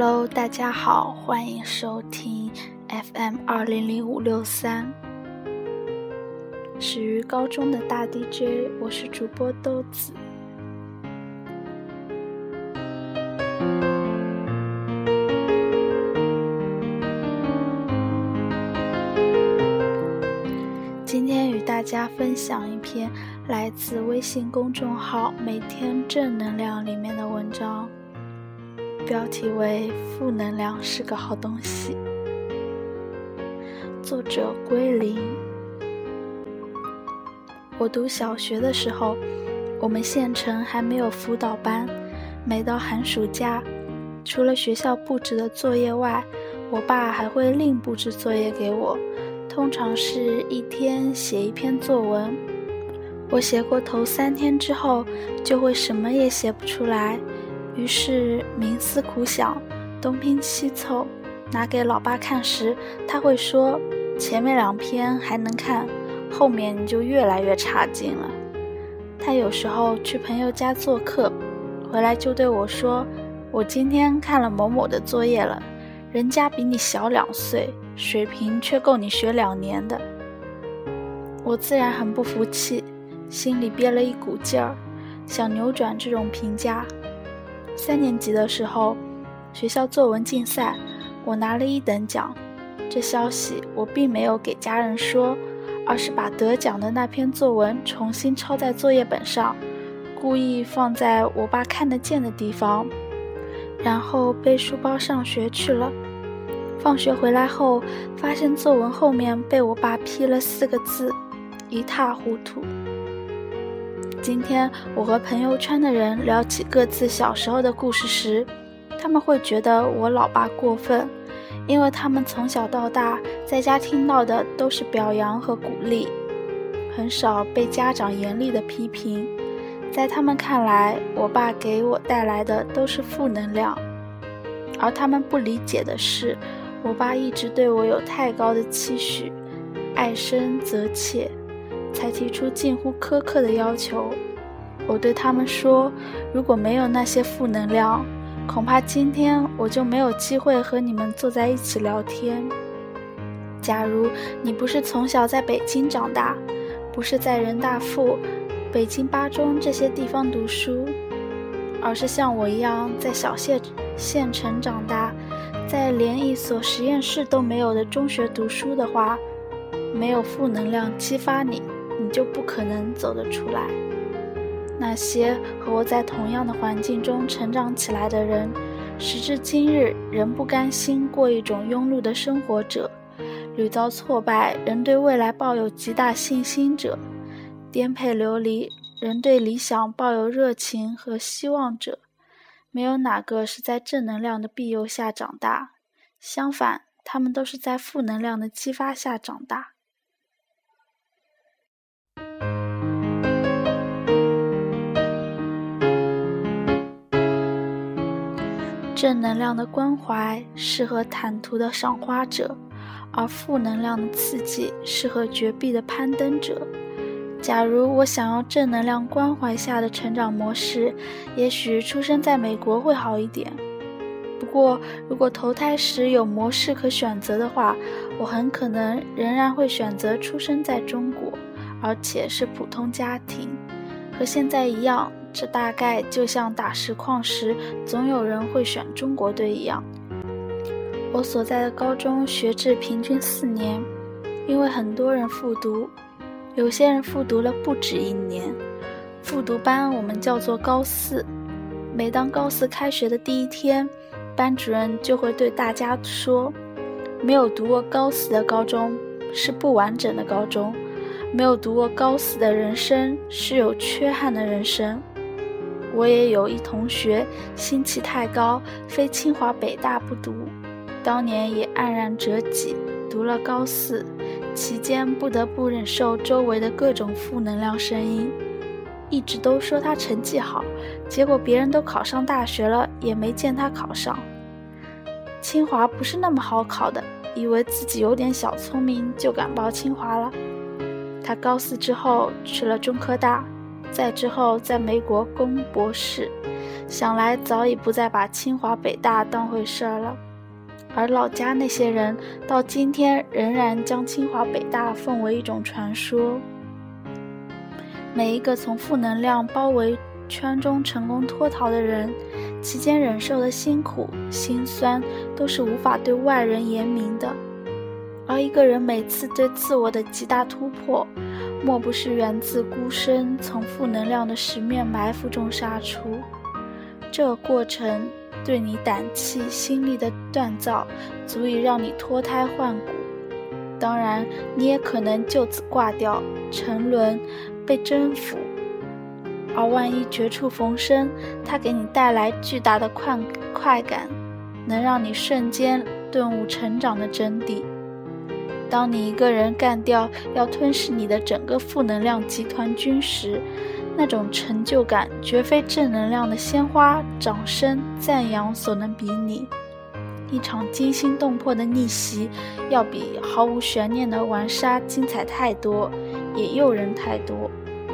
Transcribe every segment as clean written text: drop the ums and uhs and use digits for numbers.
Hello， 大家好，欢迎收听 FM200563，始于高中的大 DJ， 我是主播豆子。今天与大家分享一篇来自微信公众号每天正能量里面的文章，标题为负能量是个好东西，作者归零。我读小学的时候，我们县城还没有辅导班，每到寒暑假，除了学校布置的作业外，我爸还会另布置作业给我，通常是一天写一篇作文。我写过头3天之后，就会什么也写不出来，于是冥思苦想，东拼西凑，拿给老爸看时，他会说前面2篇还能看，后面就越来越差劲了。他有时候去朋友家做客，回来就对我说，我今天看了某某的作业了，人家比你小2岁，水平却够你学2年的。我自然很不服气，心里憋了一股劲儿，想扭转这种评价。3年级的时候，学校作文竞赛，我拿了1等奖。这消息我并没有给家人说，而是把得奖的那篇作文重新抄在作业本上，故意放在我爸看得见的地方，然后背书包上学去了。放学回来后，发现作文后面被我爸批了4个字，一塌糊涂。今天我和朋友圈的人聊起各自小时候的故事时，他们会觉得我老爸过分，因为他们从小到大在家听到的都是表扬和鼓励，很少被家长严厉的批评。在他们看来，我爸给我带来的都是负能量，而他们不理解的是，我爸一直对我有太高的期许，爱深责切，才提出近乎苛刻的要求。我对他们说，如果没有那些负能量，恐怕今天我就没有机会和你们坐在一起聊天。假如你不是从小在北京长大，不是在人大附、北京八中这些地方读书，而是像我一样在小县城长大，在连一所实验室都没有的中学读书的话，没有负能量激发你，你就不可能走得出来。那些和我在同样的环境中成长起来的人，时至今日仍不甘心过一种庸碌的生活者，屡遭挫败仍对未来抱有极大信心者，颠沛流离仍对理想抱有热情和希望者，没有哪个是在正能量的庇佑下长大，相反，他们都是在负能量的激发下长大。正能量的关怀适合坦途的赏花者，而负能量的刺激适合绝壁的攀登者。假如我想要正能量关怀下的成长模式，也许出生在美国会好一点。不过，如果投胎时有模式可选择的话，我很可能仍然会选择出生在中国，而且是普通家庭。和现在一样，这大概就像打实况时总有人会选中国队一样。我所在的高中学制平均4年，因为很多人复读，有些人复读了不止1年。复读班我们叫做高4，每当高4开学的第1天，班主任就会对大家说，没有读过高4的高中是不完整的高中，没有读过高4的人生是有缺憾的人生。我也有一同学心气太高，非清华北大不读，当年也黯然折戟读了高4，期间不得不忍受周围的各种负能量声音，一直都说他成绩好，结果别人都考上大学了，也没见他考上。清华不是那么好考的，以为自己有点小聪明就敢报清华了。他高4之后去了中科大， 再之后在美国攻博士，想来早已不再把清华北大当回事儿了。而老家那些人到今天仍然将清华北大奉为一种传说。每一个从负能量包围圈中成功脱逃的人，其间忍受的辛苦辛酸都是无法对外人言明的。而一个人每次对自我的极大突破，莫不是源自孤身从负能量的十面埋伏中杀出。这个过程对你胆气心力的锻造，足以让你脱胎换骨。当然，你也可能就此挂掉，沉沦，被征服。而万一绝处逢生，它给你带来巨大的快感，能让你瞬间顿悟成长的真谛。当你一个人干掉要吞噬你的整个负能量集团军时，那种成就感绝非正能量的鲜花、掌声、赞扬所能比拟。一场惊心动魄的逆袭，要比毫无悬念的玩杀精彩太多，也诱人太多。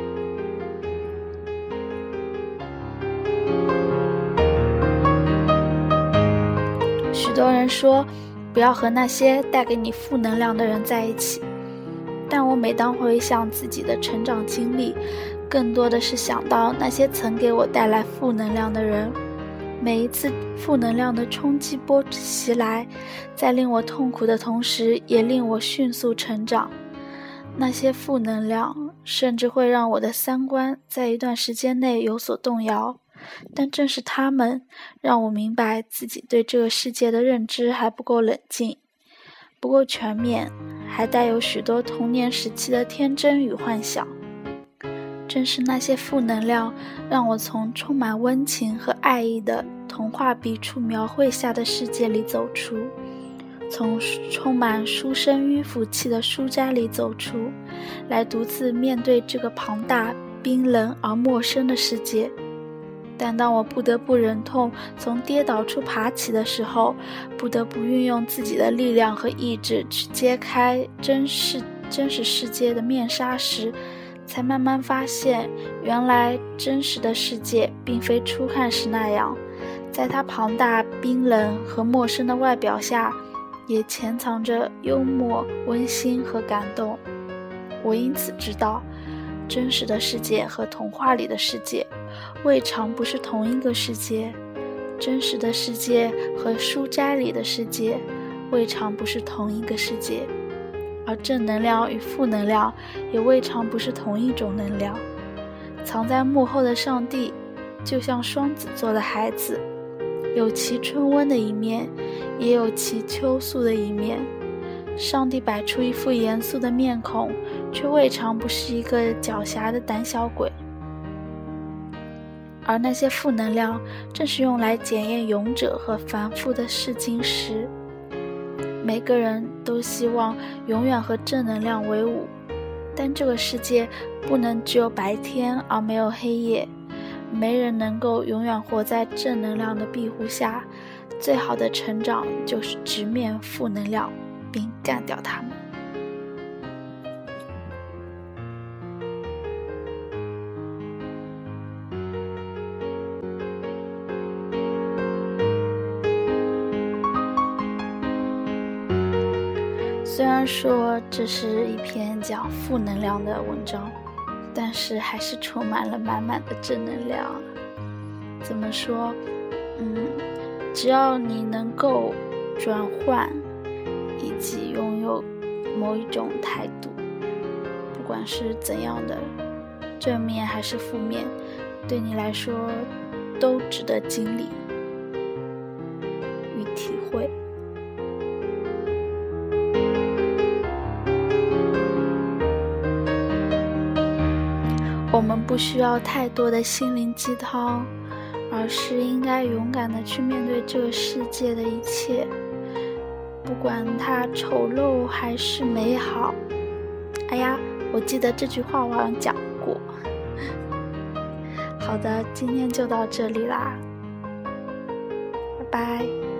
许多人说，不要和那些带给你负能量的人在一起，但我每当回想自己的成长经历，更多的是想到那些曾给我带来负能量的人。每一次负能量的冲击波袭来，在令我痛苦的同时，也令我迅速成长。那些负能量甚至会让我的三观在一段时间内有所动摇，但正是他们让我明白自己对这个世界的认知还不够冷静，不够全面，还带有许多童年时期的天真与幻想。正是那些负能量，让我从充满温情和爱意的童话笔触描绘下的世界里走出，从充满书生迂腐气的书斋里走出来，独自面对这个庞大、冰冷而陌生的世界。但当我不得不忍痛从跌倒处爬起的时候，不得不运用自己的力量和意志去揭开真实世界的面纱时，才慢慢发现，原来真实的世界并非初看时那样，在它庞大、冰冷和陌生的外表下，也潜藏着幽默、温馨和感动。我因此知道，真实的世界和童话里的世界未尝不是同一个世界，真实的世界和书斋里的世界未尝不是同一个世界，而正能量与负能量也未尝不是同一种能量。藏在幕后的上帝就像双子座的孩子，有其春温的一面，也有其秋肃的一面。上帝摆出一副严肃的面孔，却未尝不是一个狡黠的胆小鬼。而那些负能量正是用来检验勇者和凡夫的试金石。每个人都希望永远和正能量为伍，但这个世界不能只有白天而没有黑夜，没人能够永远活在正能量的庇护下。最好的成长就是直面负能量，并干掉它们。虽然说这是一篇讲负能量的文章，但是还是充满了满满的正能量。怎么说？只要你能够转换以及拥有某一种态度，不管是怎样的，正面还是负面，对你来说都值得经历与体会。我们不需要太多的心灵鸡汤，而是应该勇敢地去面对这个世界的一切，不管它丑陋还是美好。哎呀，我记得这句话我好像讲过。好的，今天就到这里啦，拜拜。